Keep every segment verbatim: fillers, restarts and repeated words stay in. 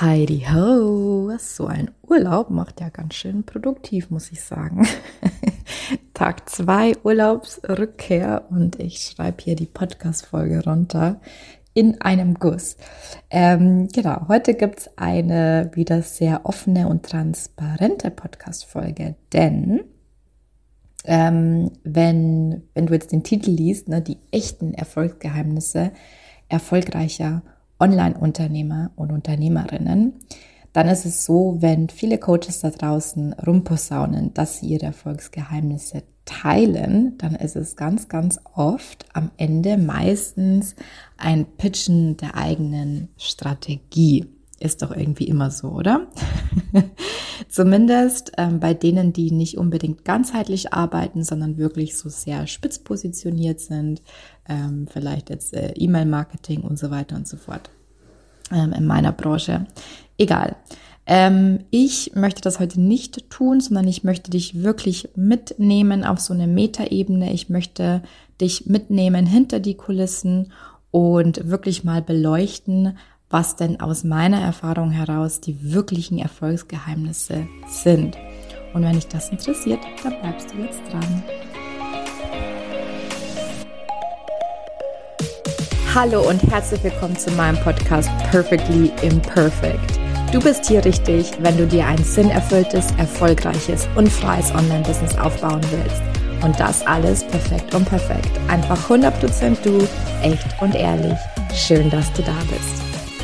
Heidi ho, so ein Urlaub macht ja ganz schön produktiv, muss ich sagen. Tag zwei Urlaubsrückkehr und ich schreibe hier die Podcast-Folge runter in einem Guss. Ähm, genau, heute gibt's eine wieder sehr offene und transparente Podcast-Folge, denn ähm, wenn, wenn du jetzt den Titel liest, ne, die echten Erfolgsgeheimnisse erfolgreicher Online-Unternehmer und Unternehmerinnen, dann ist es so, wenn viele Coaches da draußen rumposaunen, dass sie ihre Erfolgsgeheimnisse teilen, dann ist es ganz, ganz oft am Ende meistens ein Pitchen der eigenen Strategie. Ist doch irgendwie immer so, oder? Zumindest ähm, bei denen, die nicht unbedingt ganzheitlich arbeiten, sondern wirklich so sehr spitz positioniert sind, ähm, vielleicht jetzt äh, E-Mail-Marketing und so weiter und so fort ähm, in meiner Branche. Egal. Ähm, ich möchte das heute nicht tun, sondern ich möchte dich wirklich mitnehmen auf so eine Metaebene. Ich möchte dich mitnehmen hinter die Kulissen und wirklich mal beleuchten, was denn aus meiner Erfahrung heraus die wirklichen Erfolgsgeheimnisse sind. Und wenn dich das interessiert, dann bleibst du jetzt dran. Hallo und herzlich willkommen zu meinem Podcast Perfectly Imperfect. Du bist hier richtig, wenn du dir ein sinnerfülltes, erfolgreiches und freies Online-Business aufbauen willst. Und das alles perfekt und perfekt. Einfach hundert Prozent du, echt und ehrlich. Schön, dass du da bist.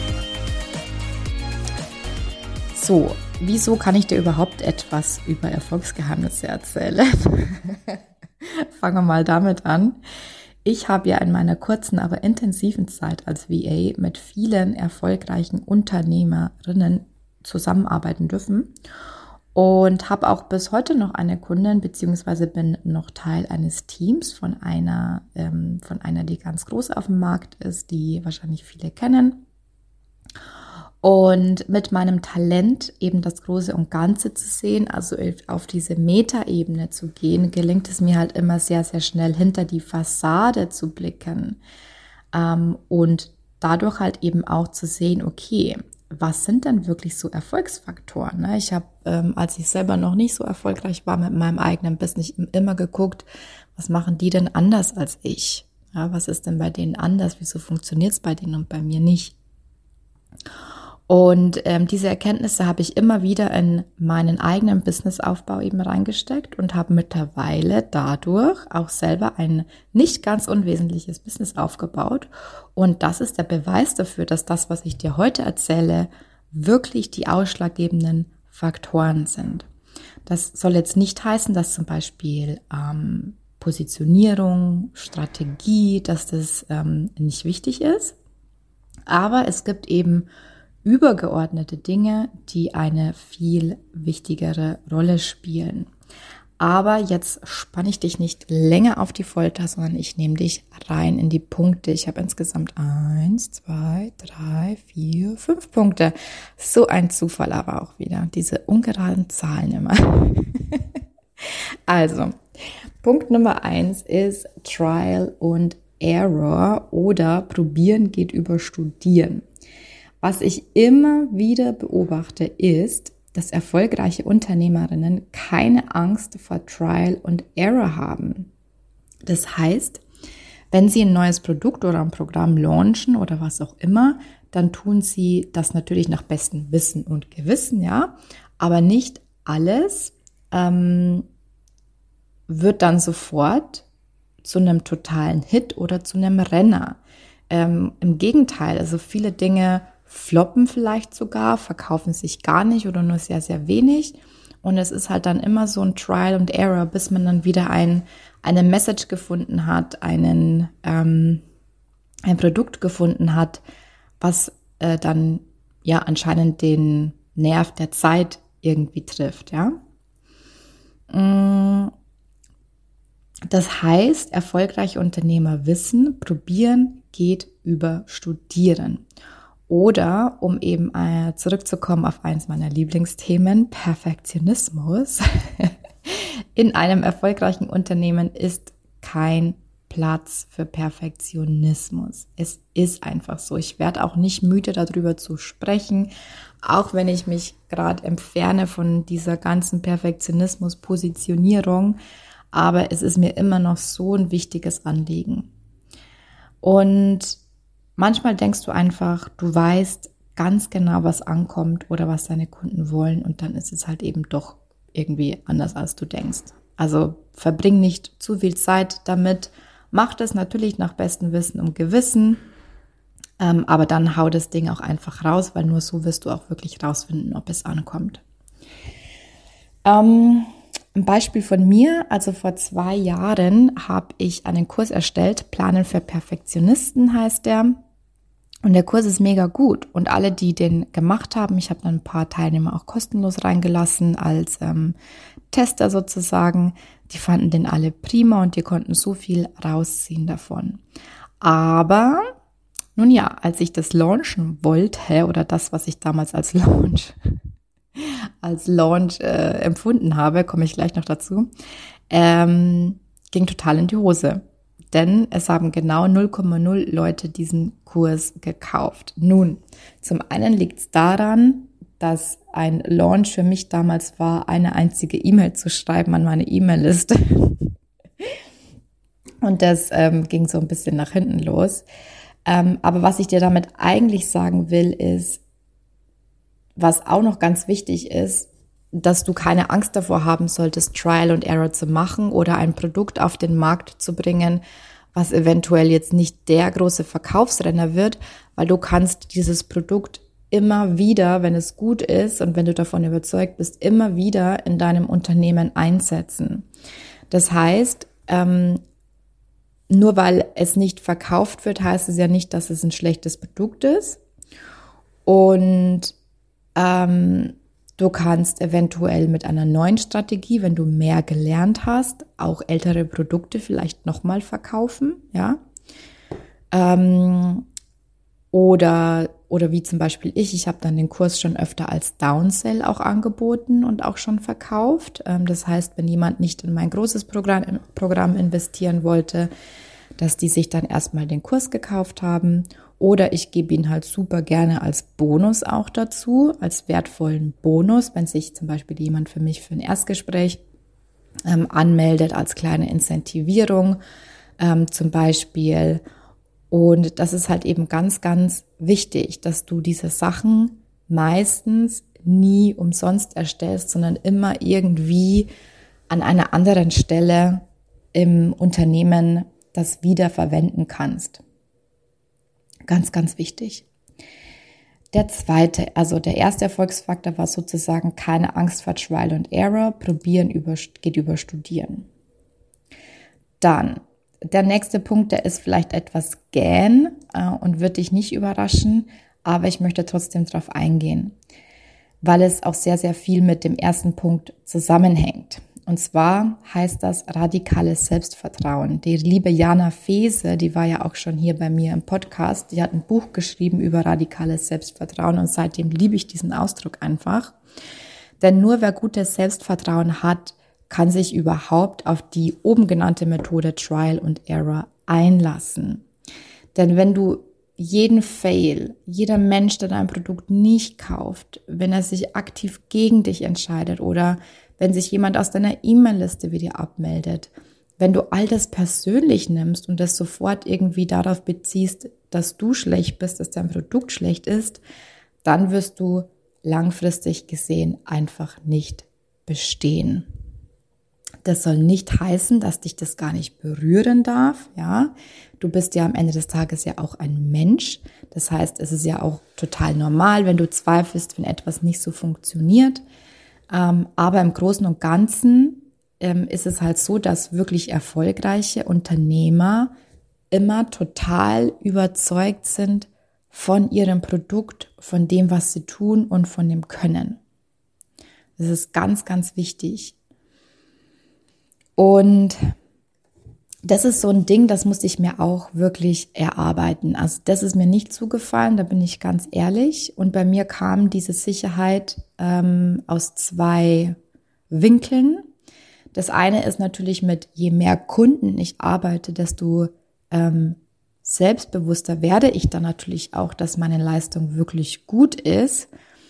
So, wieso kann ich dir überhaupt etwas über Erfolgsgeheimnisse erzählen? Fangen wir mal damit an. Ich habe ja in meiner kurzen, aber intensiven Zeit als V A mit vielen erfolgreichen Unternehmerinnen zusammenarbeiten dürfen und habe auch bis heute noch eine Kundin, beziehungsweise bin noch Teil eines Teams von einer, ähm, von einer, die ganz groß auf dem Markt ist, die wahrscheinlich viele kennen. Und mit meinem Talent eben das Große und Ganze zu sehen, also auf diese Metaebene zu gehen, gelingt es mir halt immer sehr, sehr schnell hinter die Fassade zu blicken ähm, und dadurch halt eben auch zu sehen, okay, was sind denn wirklich so Erfolgsfaktoren? Ne? Ich habe, ähm, als ich selber noch nicht so erfolgreich war mit meinem eigenen Business, immer geguckt, was machen die denn anders als ich? Ja, was ist denn bei denen anders? Wieso funktioniert es bei denen und bei mir nicht? Und ähm, diese Erkenntnisse habe ich immer wieder in meinen eigenen Businessaufbau eben reingesteckt und habe mittlerweile dadurch auch selber ein nicht ganz unwesentliches Business aufgebaut. Und das ist der Beweis dafür, dass das, was ich dir heute erzähle, wirklich die ausschlaggebenden Faktoren sind. Das soll jetzt nicht heißen, dass zum Beispiel ähm, Positionierung, Strategie, dass das ähm, nicht wichtig ist. Aber es gibt eben übergeordnete Dinge, die eine viel wichtigere Rolle spielen. Aber jetzt spanne ich dich nicht länger auf die Folter, sondern ich nehme dich rein in die Punkte. Ich habe insgesamt eins, zwei, drei, vier, fünf Punkte. So ein Zufall aber auch wieder. Diese ungeraden Zahlen immer. Also, Punkt Nummer eins ist Trial und Error oder Probieren geht über Studieren. Was ich immer wieder beobachte, ist, dass erfolgreiche Unternehmerinnen keine Angst vor Trial und Error haben. Das heißt, wenn sie ein neues Produkt oder ein Programm launchen oder was auch immer, dann tun sie das natürlich nach bestem Wissen und Gewissen, ja. Aber nicht alles ähm, wird dann sofort zu einem totalen Hit oder zu einem Renner. Ähm, im Gegenteil, also viele Dinge floppen vielleicht sogar, verkaufen sich gar nicht oder nur sehr, sehr wenig. Und es ist halt dann immer so ein Trial and Error, bis man dann wieder ein, eine Message gefunden hat, einen, ähm, ein Produkt gefunden hat, was äh, dann ja anscheinend den Nerv der Zeit irgendwie trifft, ja. Das heißt, erfolgreiche Unternehmer wissen, probieren geht über Studieren. Oder, um eben äh, zurückzukommen auf eins meiner Lieblingsthemen, Perfektionismus. In einem erfolgreichen Unternehmen ist kein Platz für Perfektionismus. Es ist einfach so. Ich werde auch nicht müde, darüber zu sprechen, auch wenn ich mich gerade entferne von dieser ganzen Perfektionismus-Positionierung. Aber es ist mir immer noch so ein wichtiges Anliegen. Und manchmal denkst du einfach, du weißt ganz genau, was ankommt oder was deine Kunden wollen, und dann ist es halt eben doch irgendwie anders, als du denkst. Also verbring nicht zu viel Zeit damit, mach das natürlich nach bestem Wissen und Gewissen, ähm, aber dann hau das Ding auch einfach raus, weil nur so wirst du auch wirklich rausfinden, ob es ankommt. Ähm, ein Beispiel von mir, also vor zwei Jahren habe ich einen Kurs erstellt, Planen für Perfektionisten heißt der. Und der Kurs ist mega gut, und alle, die den gemacht haben, ich habe dann ein paar Teilnehmer auch kostenlos reingelassen als ähm, Tester sozusagen, die fanden den alle prima und die konnten so viel rausziehen davon. Aber nun ja, als ich das launchen wollte, oder das, was ich damals als Launch als Launch äh, empfunden habe, komme ich gleich noch dazu, ähm, ging total in die Hose. Denn es haben genau null Komma null Leute diesen Kurs gekauft. Nun, zum einen liegt es daran, dass ein Launch für mich damals war, eine einzige E-Mail zu schreiben an meine E-Mail-Liste. Und das ähm, ging so ein bisschen nach hinten los. Ähm, aber was ich dir damit eigentlich sagen will, ist, was auch noch ganz wichtig ist, dass du keine Angst davor haben solltest, Trial and Error zu machen oder ein Produkt auf den Markt zu bringen, was eventuell jetzt nicht der große Verkaufsrenner wird, weil du kannst dieses Produkt immer wieder, wenn es gut ist und wenn du davon überzeugt bist, immer wieder in deinem Unternehmen einsetzen. Das heißt, ähm, nur weil es nicht verkauft wird, heißt es ja nicht, dass es ein schlechtes Produkt ist. Und ähm, du kannst eventuell mit einer neuen Strategie, wenn du mehr gelernt hast, auch ältere Produkte vielleicht nochmal verkaufen, ja. Ähm, oder, oder wie zum Beispiel ich, ich habe dann den Kurs schon öfter als Downsell auch angeboten und auch schon verkauft. Ähm, das heißt, wenn jemand nicht in mein großes Programm, Programm investieren wollte, dass die sich dann erstmal den Kurs gekauft haben. Oder ich gebe ihn halt super gerne als Bonus auch dazu, als wertvollen Bonus, wenn sich zum Beispiel jemand für mich für ein Erstgespräch ähm, anmeldet, als kleine Incentivierung ähm, zum Beispiel. Und das ist halt eben ganz, ganz wichtig, dass du diese Sachen meistens nie umsonst erstellst, sondern immer irgendwie an einer anderen Stelle im Unternehmen das wieder verwenden kannst. Ganz, ganz wichtig. Der zweite, also der erste Erfolgsfaktor war sozusagen keine Angst vor Trial and Error, probieren über, geht über Studieren. Dann, der nächste Punkt, der ist vielleicht etwas gähn äh, und wird dich nicht überraschen, aber ich möchte trotzdem darauf eingehen, weil es auch sehr, sehr viel mit dem ersten Punkt zusammenhängt. Und zwar heißt das radikales Selbstvertrauen. Die liebe Jana Fese, die war ja auch schon hier bei mir im Podcast, die hat ein Buch geschrieben über radikales Selbstvertrauen und seitdem liebe ich diesen Ausdruck einfach. Denn nur wer gutes Selbstvertrauen hat, kann sich überhaupt auf die oben genannte Methode Trial and Error einlassen. Denn wenn du jeden Fail, jeder Mensch, der dein Produkt nicht kauft, wenn er sich aktiv gegen dich entscheidet oder wenn sich jemand aus deiner E-Mail-Liste wieder abmeldet, wenn du all das persönlich nimmst und das sofort irgendwie darauf beziehst, dass du schlecht bist, dass dein Produkt schlecht ist, dann wirst du langfristig gesehen einfach nicht bestehen. Das soll nicht heißen, dass dich das gar nicht berühren darf, ja. Du bist ja am Ende des Tages ja auch ein Mensch. Das heißt, es ist ja auch total normal, wenn du zweifelst, wenn etwas nicht so funktioniert. Ähm, aber im Großen und Ganzen ähm, ist es halt so, dass wirklich erfolgreiche Unternehmer immer total überzeugt sind von ihrem Produkt, von dem, was sie tun und von dem Können. Das ist ganz, ganz wichtig. Und das ist so ein Ding, das musste ich mir auch wirklich erarbeiten. Also das ist mir nicht zugefallen, da bin ich ganz ehrlich. Und bei mir kam diese Sicherheit ähm, aus zwei Winkeln. Das eine ist natürlich mit, je mehr Kunden ich arbeite, desto ähm, selbstbewusster werde ich dann natürlich auch, dass meine Leistung wirklich gut ist.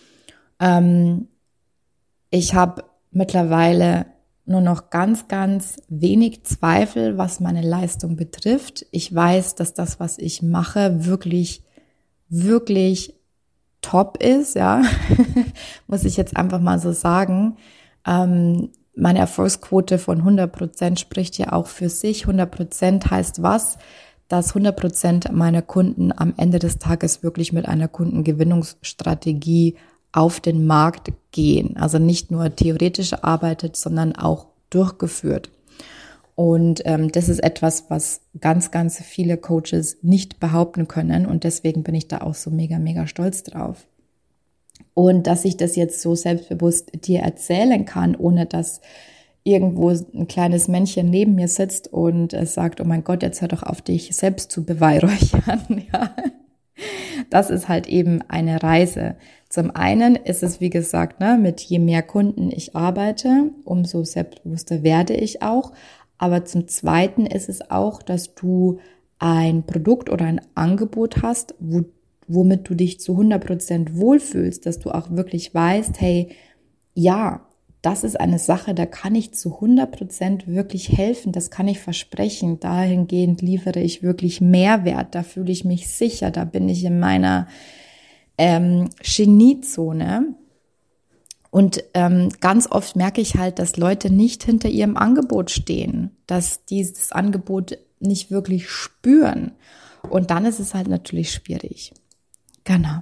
Ähm, ich habe mittlerweile nur noch ganz, ganz wenig Zweifel, was meine Leistung betrifft. Ich weiß, dass das, was ich mache, wirklich, wirklich top ist, ja, muss ich jetzt einfach mal so sagen. Ähm, meine Erfolgsquote von hundert Prozent spricht ja auch für sich. hundert Prozent heißt was? Dass hundert Prozent meiner Kunden am Ende des Tages wirklich mit einer Kundengewinnungsstrategie auf den Markt gehen. Also nicht nur theoretisch arbeitet, sondern auch durchgeführt. Und ähm, das ist etwas, was ganz, ganz viele Coaches nicht behaupten können. Und deswegen bin ich da auch so mega, mega stolz drauf. Und dass ich das jetzt so selbstbewusst dir erzählen kann, ohne dass irgendwo ein kleines Männchen neben mir sitzt und es sagt, oh mein Gott, jetzt hör doch auf, dich selbst zu beweihräuchern. Ja. Das ist halt eben eine Reise. Zum einen ist es, wie gesagt, ne, mit je mehr Kunden ich arbeite, umso selbstbewusster werde ich auch. Aber zum Zweiten ist es auch, dass du ein Produkt oder ein Angebot hast, wo, womit du dich zu hundert Prozent wohlfühlst, dass du auch wirklich weißt, hey, ja, das ist eine Sache, da kann ich zu hundert Prozent wirklich helfen, das kann ich versprechen. Dahingehend liefere ich wirklich Mehrwert, da fühle ich mich sicher, da bin ich in meiner ähm, Geniezone. Und ähm, ganz oft merke ich halt, dass Leute nicht hinter ihrem Angebot stehen, dass dieses Angebot nicht wirklich spüren. Und dann ist es halt natürlich schwierig. Genau.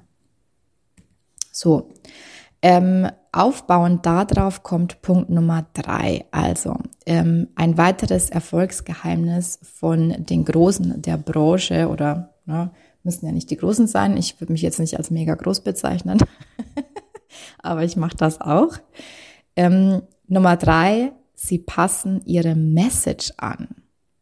So. Ähm, aufbauend darauf kommt Punkt Nummer drei. Also ähm, ein weiteres Erfolgsgeheimnis von den Großen der Branche oder ne, müssen ja nicht die Großen sein. Ich würde mich jetzt nicht als mega groß bezeichnen, aber ich mache das auch. Ähm, Nummer drei, sie passen ihre Message an.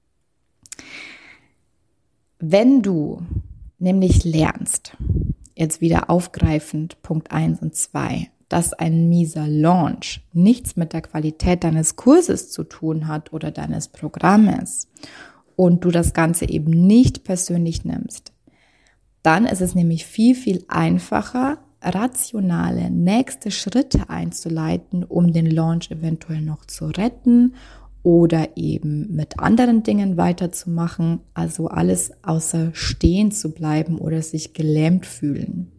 Wenn du nämlich lernst, jetzt wieder aufgreifend Punkt eins und zwei, dass ein mieser Launch nichts mit der Qualität deines Kurses zu tun hat oder deines Programmes und du das Ganze eben nicht persönlich nimmst, dann ist es nämlich viel, viel einfacher, rationale nächste Schritte einzuleiten, um den Launch eventuell noch zu retten oder eben mit anderen Dingen weiterzumachen, also alles außer stehen zu bleiben oder sich gelähmt fühlen.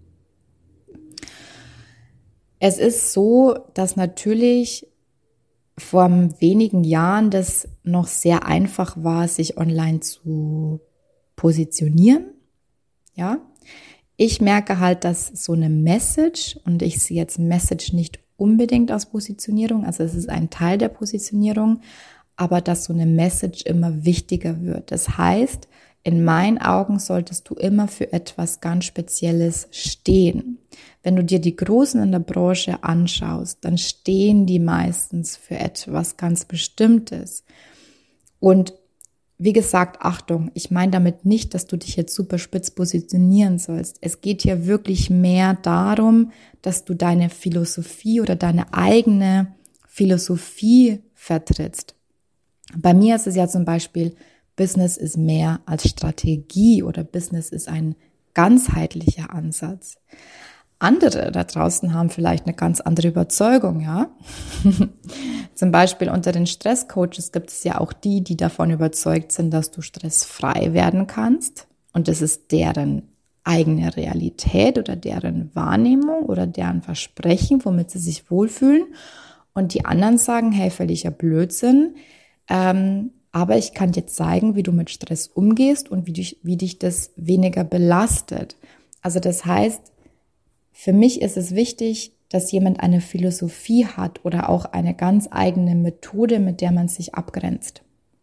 Es ist so, dass natürlich vor wenigen Jahren das noch sehr einfach war, sich online zu positionieren. Ja, ich merke halt, dass so eine Message, und ich sehe jetzt Message nicht unbedingt als Positionierung, also es ist ein Teil der Positionierung, aber dass so eine Message immer wichtiger wird. Das heißt, in meinen Augen solltest du immer für etwas ganz Spezielles stehen. Wenn du dir die Großen in der Branche anschaust, dann stehen die meistens für etwas ganz Bestimmtes. Und wie gesagt, Achtung, ich meine damit nicht, dass du dich jetzt super spitz positionieren sollst. Es geht hier wirklich mehr darum, dass du deine Philosophie oder deine eigene Philosophie vertrittst. Bei mir ist es ja zum Beispiel, Business ist mehr als Strategie oder Business ist ein ganzheitlicher Ansatz. Andere da draußen haben vielleicht eine ganz andere Überzeugung, ja. Zum Beispiel unter den Stresscoaches gibt es ja auch die, die davon überzeugt sind, dass du stressfrei werden kannst. Und das ist deren eigene Realität oder deren Wahrnehmung oder deren Versprechen, womit sie sich wohlfühlen. Und die anderen sagen, hey, völliger Blödsinn. Ähm, aber ich kann dir zeigen, wie du mit Stress umgehst und wie dich, wie dich das weniger belastet. Also das heißt, für mich ist es wichtig, dass jemand eine Philosophie hat oder auch eine ganz eigene Methode, mit der man sich abgrenzt.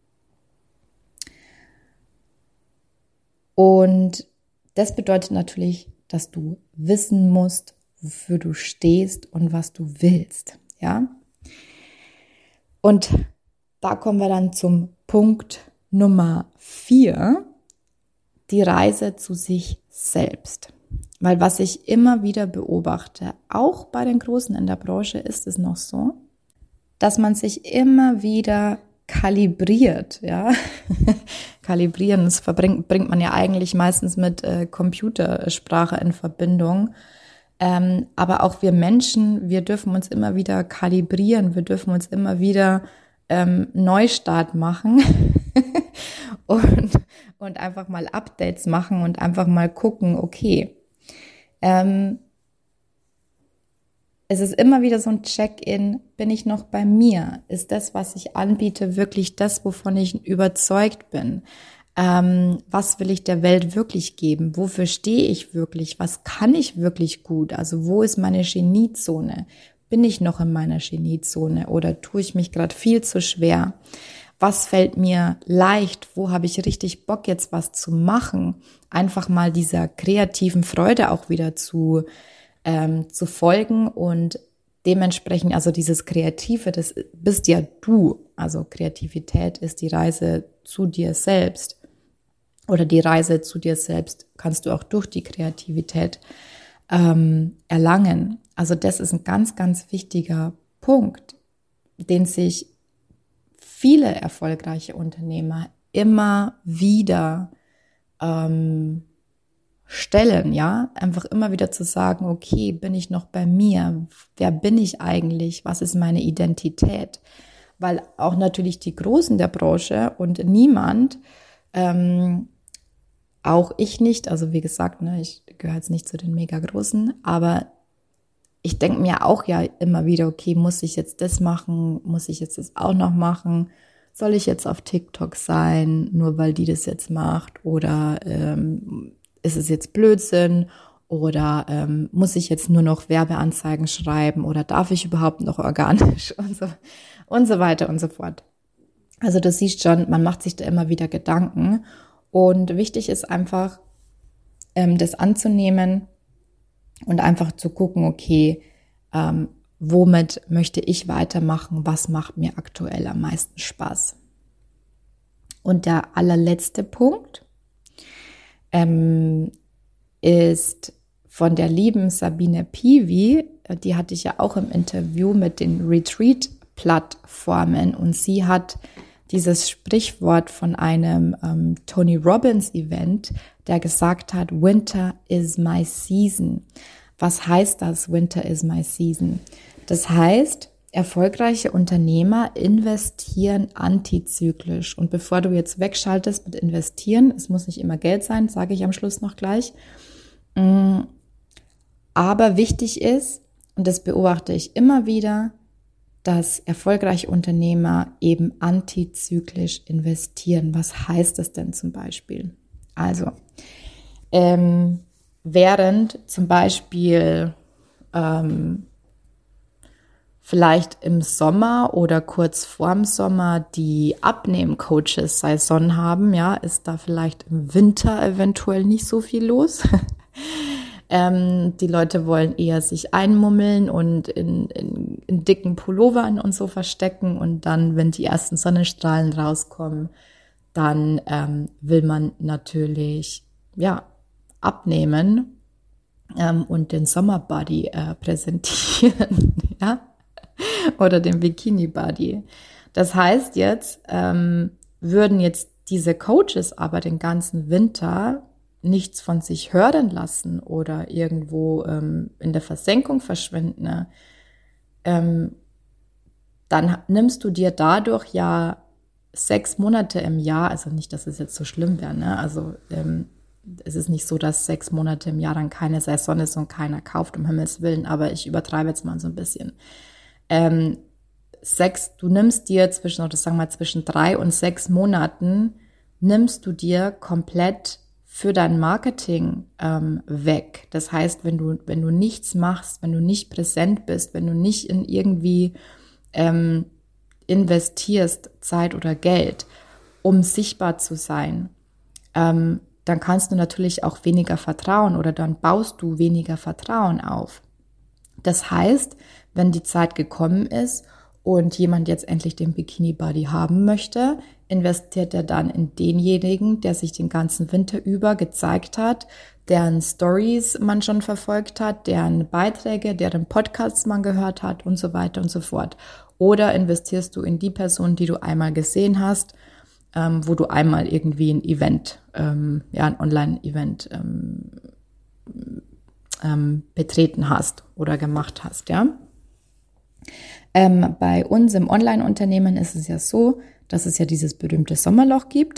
Und das bedeutet natürlich, dass du wissen musst, wofür du stehst und was du willst, ja? Und da kommen wir dann zum Punkt Nummer vier, die Reise zu sich selbst. Weil was ich immer wieder beobachte, auch bei den Großen in der Branche ist es noch so, dass man sich immer wieder kalibriert, ja. Kalibrieren, das verbringt, bringt man ja eigentlich meistens mit äh, Computersprache in Verbindung. Ähm, aber auch wir Menschen, wir dürfen uns immer wieder kalibrieren, wir dürfen uns immer wieder ähm, Neustart machen und, und einfach mal Updates machen und einfach mal gucken, okay, ähm, es ist immer wieder so ein Check-in, bin ich noch bei mir? Ist das, was ich anbiete, wirklich das, wovon ich überzeugt bin? Ähm, was will ich der Welt wirklich geben? Wofür stehe ich wirklich? Was kann ich wirklich gut? Also wo ist meine Geniezone? Bin ich noch in meiner Geniezone oder tue ich mich gerade viel zu schwer? Was fällt mir leicht? Wo habe ich richtig Bock, jetzt was zu machen? Einfach mal dieser kreativen Freude auch wieder zu Ähm, zu folgen und dementsprechend, also dieses Kreative, das bist ja du. Also Kreativität ist die Reise zu dir selbst oder die Reise zu dir selbst kannst du auch durch die Kreativität ähm, erlangen. Also das ist ein ganz, ganz wichtiger Punkt, den sich viele erfolgreiche Unternehmer immer wieder ähm, stellen, ja, einfach immer wieder zu sagen, okay, bin ich noch bei mir? Wer bin ich eigentlich? Was ist meine Identität? Weil auch natürlich die Großen der Branche und niemand, ähm, auch ich nicht, also wie gesagt, ne, ich gehöre jetzt nicht zu den mega Großen, aber ich denke mir auch ja immer wieder, okay, muss ich jetzt das machen? Muss ich jetzt das auch noch machen? Soll ich jetzt auf TikTok sein, nur weil die das jetzt macht? Oder ähm, ist es jetzt Blödsinn oder ähm, muss ich jetzt nur noch Werbeanzeigen schreiben oder darf ich überhaupt noch organisch und so, und so weiter und so fort. Also du siehst schon, man macht sich da immer wieder Gedanken und wichtig ist einfach, ähm, das anzunehmen und einfach zu gucken, okay, ähm, womit möchte ich weitermachen, was macht mir aktuell am meisten Spaß. Und der allerletzte Punkt, Ähm, ist von der lieben Sabine Piwi, die hatte ich ja auch im Interview mit den Retreat-Plattformen und sie hat dieses Sprichwort von einem ähm, Tony Robbins-Event, der gesagt hat, Winter is my season. Was heißt das, Winter is my season? Das heißt, erfolgreiche Unternehmer investieren antizyklisch. Und bevor du jetzt wegschaltest mit investieren, es muss nicht immer Geld sein, sage ich am Schluss noch gleich. Aber wichtig ist, und das beobachte ich immer wieder, dass erfolgreiche Unternehmer eben antizyklisch investieren. Was heißt das denn zum Beispiel? Also, ähm, während zum Beispiel ähm, vielleicht im Sommer oder kurz vorm Sommer die Abnehm-Coaches Saison haben, ja, ist da vielleicht im Winter eventuell nicht so viel los. ähm, die Leute wollen eher sich einmummeln und in, in, in dicken Pullovern und so verstecken und dann, wenn die ersten Sonnenstrahlen rauskommen, dann ähm, will man natürlich, ja, abnehmen ähm, und den Sommerbody äh, präsentieren, ja. Oder dem Bikini-Body. Das heißt jetzt, ähm, würden jetzt diese Coaches aber den ganzen Winter nichts von sich hören lassen oder irgendwo ähm, in der Versenkung verschwinden, ne? ähm, dann nimmst du dir dadurch ja sechs Monate im Jahr, also nicht, dass es jetzt so schlimm wäre, ne? Also ähm, es ist nicht so, dass sechs Monate im Jahr dann keine Saison ist und keiner kauft, um Himmels Willen, aber ich übertreibe jetzt mal so ein bisschen. Ähm, sechs, du nimmst dir zwischen, oder sagen wir zwischen drei und sechs Monaten, nimmst du dir komplett für dein Marketing ähm, weg. Das heißt, wenn du, wenn du nichts machst, wenn du nicht präsent bist, wenn du nicht in irgendwie ähm, investierst, Zeit oder Geld, um sichtbar zu sein, ähm, dann kannst du natürlich auch weniger vertrauen oder dann baust du weniger Vertrauen auf. Das heißt, wenn die Zeit gekommen ist und jemand jetzt endlich den Bikini-Body haben möchte, investiert er dann in denjenigen, der sich den ganzen Winter über gezeigt hat, deren Stories man schon verfolgt hat, deren Beiträge, deren Podcasts man gehört hat und so weiter und so fort. Oder investierst du in die Person, die du einmal gesehen hast, ähm, wo du einmal irgendwie ein Event, ähm, ja, ein Online-Event ähm, ähm, betreten hast oder gemacht hast, ja. Ähm, bei uns im Online-Unternehmen ist es ja so, dass es ja dieses berühmte Sommerloch gibt.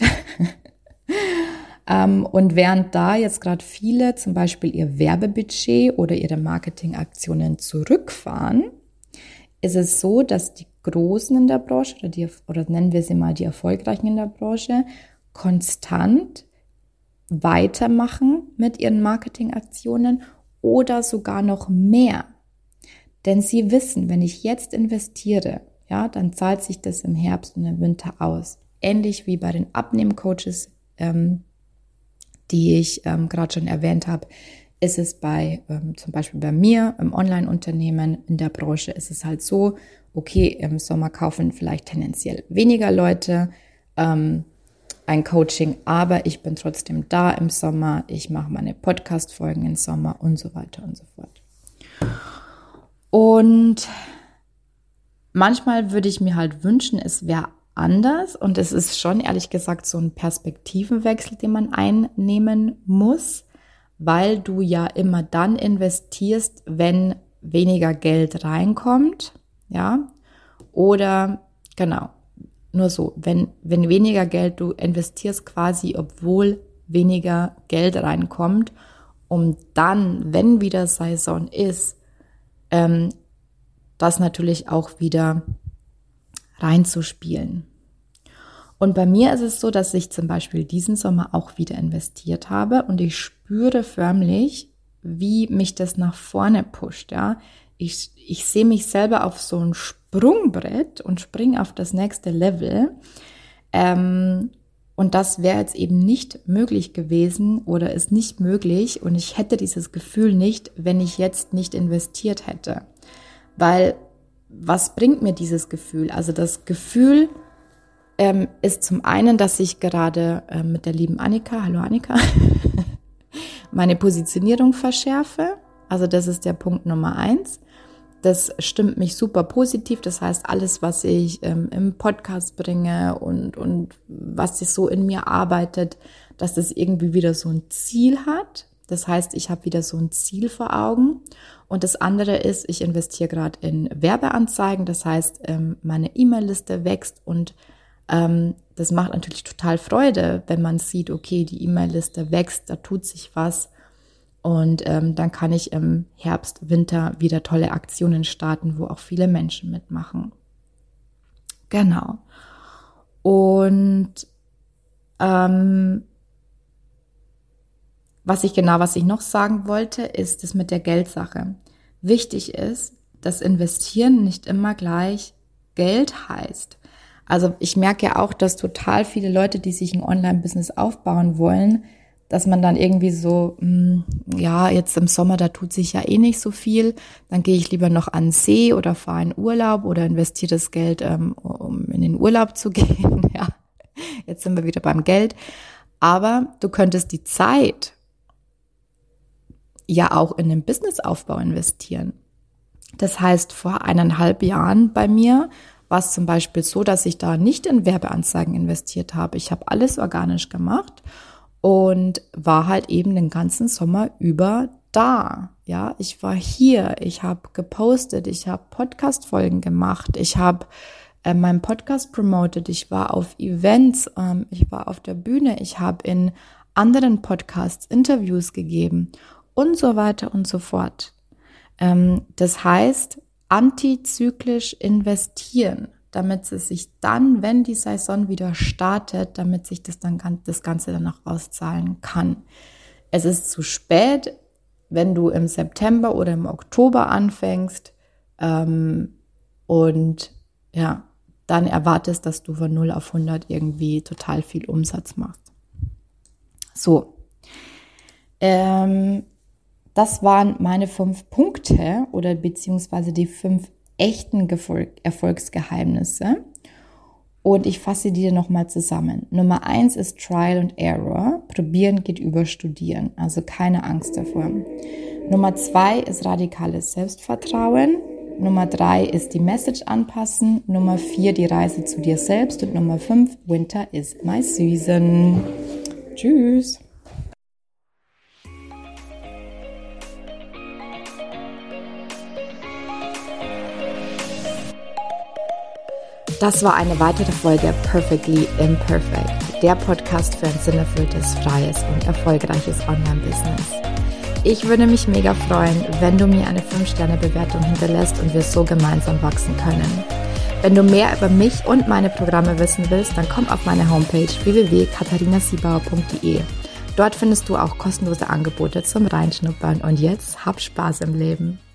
ähm, und während da jetzt gerade viele zum Beispiel ihr Werbebudget oder ihre Marketingaktionen zurückfahren, ist es so, dass die Großen in der Branche oder, die, oder nennen wir sie mal die Erfolgreichen in der Branche konstant weitermachen mit ihren Marketingaktionen oder sogar noch mehr. Denn sie wissen, wenn ich jetzt investiere, ja, dann zahlt sich das im Herbst und im Winter aus. Ähnlich wie bei den Abnehmcoaches, ähm, die ich ähm, gerade schon erwähnt habe, ist es bei, ähm, zum Beispiel bei mir im Online-Unternehmen, in der Branche, ist es halt so, okay, im Sommer kaufen vielleicht tendenziell weniger Leute ähm, ein Coaching, aber ich bin trotzdem da im Sommer, ich mache meine Podcast-Folgen im Sommer und so weiter und so fort. Und manchmal würde ich mir halt wünschen, es wäre anders und es ist schon ehrlich gesagt so ein Perspektivenwechsel, den man einnehmen muss, weil du ja immer dann investierst, wenn weniger Geld reinkommt, ja, oder genau, nur so, wenn, wenn weniger Geld, du investierst quasi, obwohl weniger Geld reinkommt, um dann, wenn wieder Saison ist, ähm, das natürlich auch wieder reinzuspielen. Und bei mir ist es so, dass ich zum Beispiel diesen Sommer auch wieder investiert habe und ich spüre förmlich, wie mich das nach vorne pusht. Ja, ich, ich sehe mich selber auf so ein Sprungbrett und springe auf das nächste Level. Ähm, und das wäre jetzt eben nicht möglich gewesen oder ist nicht möglich und ich hätte dieses Gefühl nicht, wenn ich jetzt nicht investiert hätte. Weil was bringt mir dieses Gefühl? Also das Gefühl ähm, ist zum einen, dass ich gerade äh, mit der lieben Annika, hallo Annika, meine Positionierung verschärfe. Also das ist der Punkt Nummer eins. Das stimmt mich super positiv. Das heißt, alles, was ich ähm, im Podcast bringe und, und was sich so in mir arbeitet, dass das irgendwie wieder so ein Ziel hat. Das heißt, ich habe wieder so ein Ziel vor Augen. Und das andere ist, ich investiere gerade in Werbeanzeigen. Das heißt, ähm, meine E-Mail-Liste wächst und ähm, das macht natürlich total Freude, wenn man sieht, okay, die E-Mail-Liste wächst, da tut sich was. Und ähm, dann kann ich im Herbst, Winter wieder tolle Aktionen starten, wo auch viele Menschen mitmachen. Genau. Und ähm, was ich genau, was ich noch sagen wollte, ist das mit der Geldsache. Wichtig ist, dass Investieren nicht immer gleich Geld heißt. Also ich merke ja auch, dass total viele Leute, die sich ein Online-Business aufbauen wollen, dass man dann irgendwie so, mh, ja, jetzt im Sommer, da tut sich ja eh nicht so viel, dann gehe ich lieber noch an den See oder fahre in Urlaub oder investiere das Geld, ähm, um in den Urlaub zu gehen. Ja, jetzt sind wir wieder beim Geld. Aber du könntest die Zeit ja auch in den Businessaufbau investieren. Das heißt, vor eineinhalb Jahren bei mir war es zum Beispiel so, dass ich da nicht in Werbeanzeigen investiert habe. Ich habe alles organisch gemacht und war halt eben den ganzen Sommer über da. Ja, ich war hier, ich habe gepostet, ich habe Podcast-Folgen gemacht, ich habe äh, meinen Podcast promoted, ich war auf Events, ähm, ich war auf der Bühne, ich habe in anderen Podcasts Interviews gegeben und so weiter und so fort. Ähm, das heißt, antizyklisch investieren, damit es sich dann, wenn die Saison wieder startet, damit sich das dann das Ganze dann auch auszahlen kann. Es ist zu spät, wenn du im September oder im Oktober anfängst ähm, und ja, dann erwartest, dass du von null auf hundert irgendwie total viel Umsatz machst. So, ähm, das waren meine fünf Punkte oder beziehungsweise die fünf echten Erfolgsgeheimnisse. Und ich fasse die dir nochmal zusammen. Nummer eins ist Trial and Error. Probieren geht über Studieren. Also keine Angst davor. Nummer zwei ist radikales Selbstvertrauen. Nummer drei ist die Message anpassen. Nummer vier die Reise zu dir selbst. Und Nummer fünf, Winter is my season. Tschüss. Das war eine weitere Folge Perfectly Imperfect, der Podcast für ein sinnerfülltes, freies und erfolgreiches Online-Business. Ich würde mich mega freuen, wenn du mir eine fünf Sterne Bewertung hinterlässt und wir so gemeinsam wachsen können. Wenn du mehr über mich und meine Programme wissen willst, dann komm auf meine Homepage w w w punkt katharina siebauer punkt de. Dort findest du auch kostenlose Angebote zum Reinschnuppern und jetzt hab Spaß im Leben.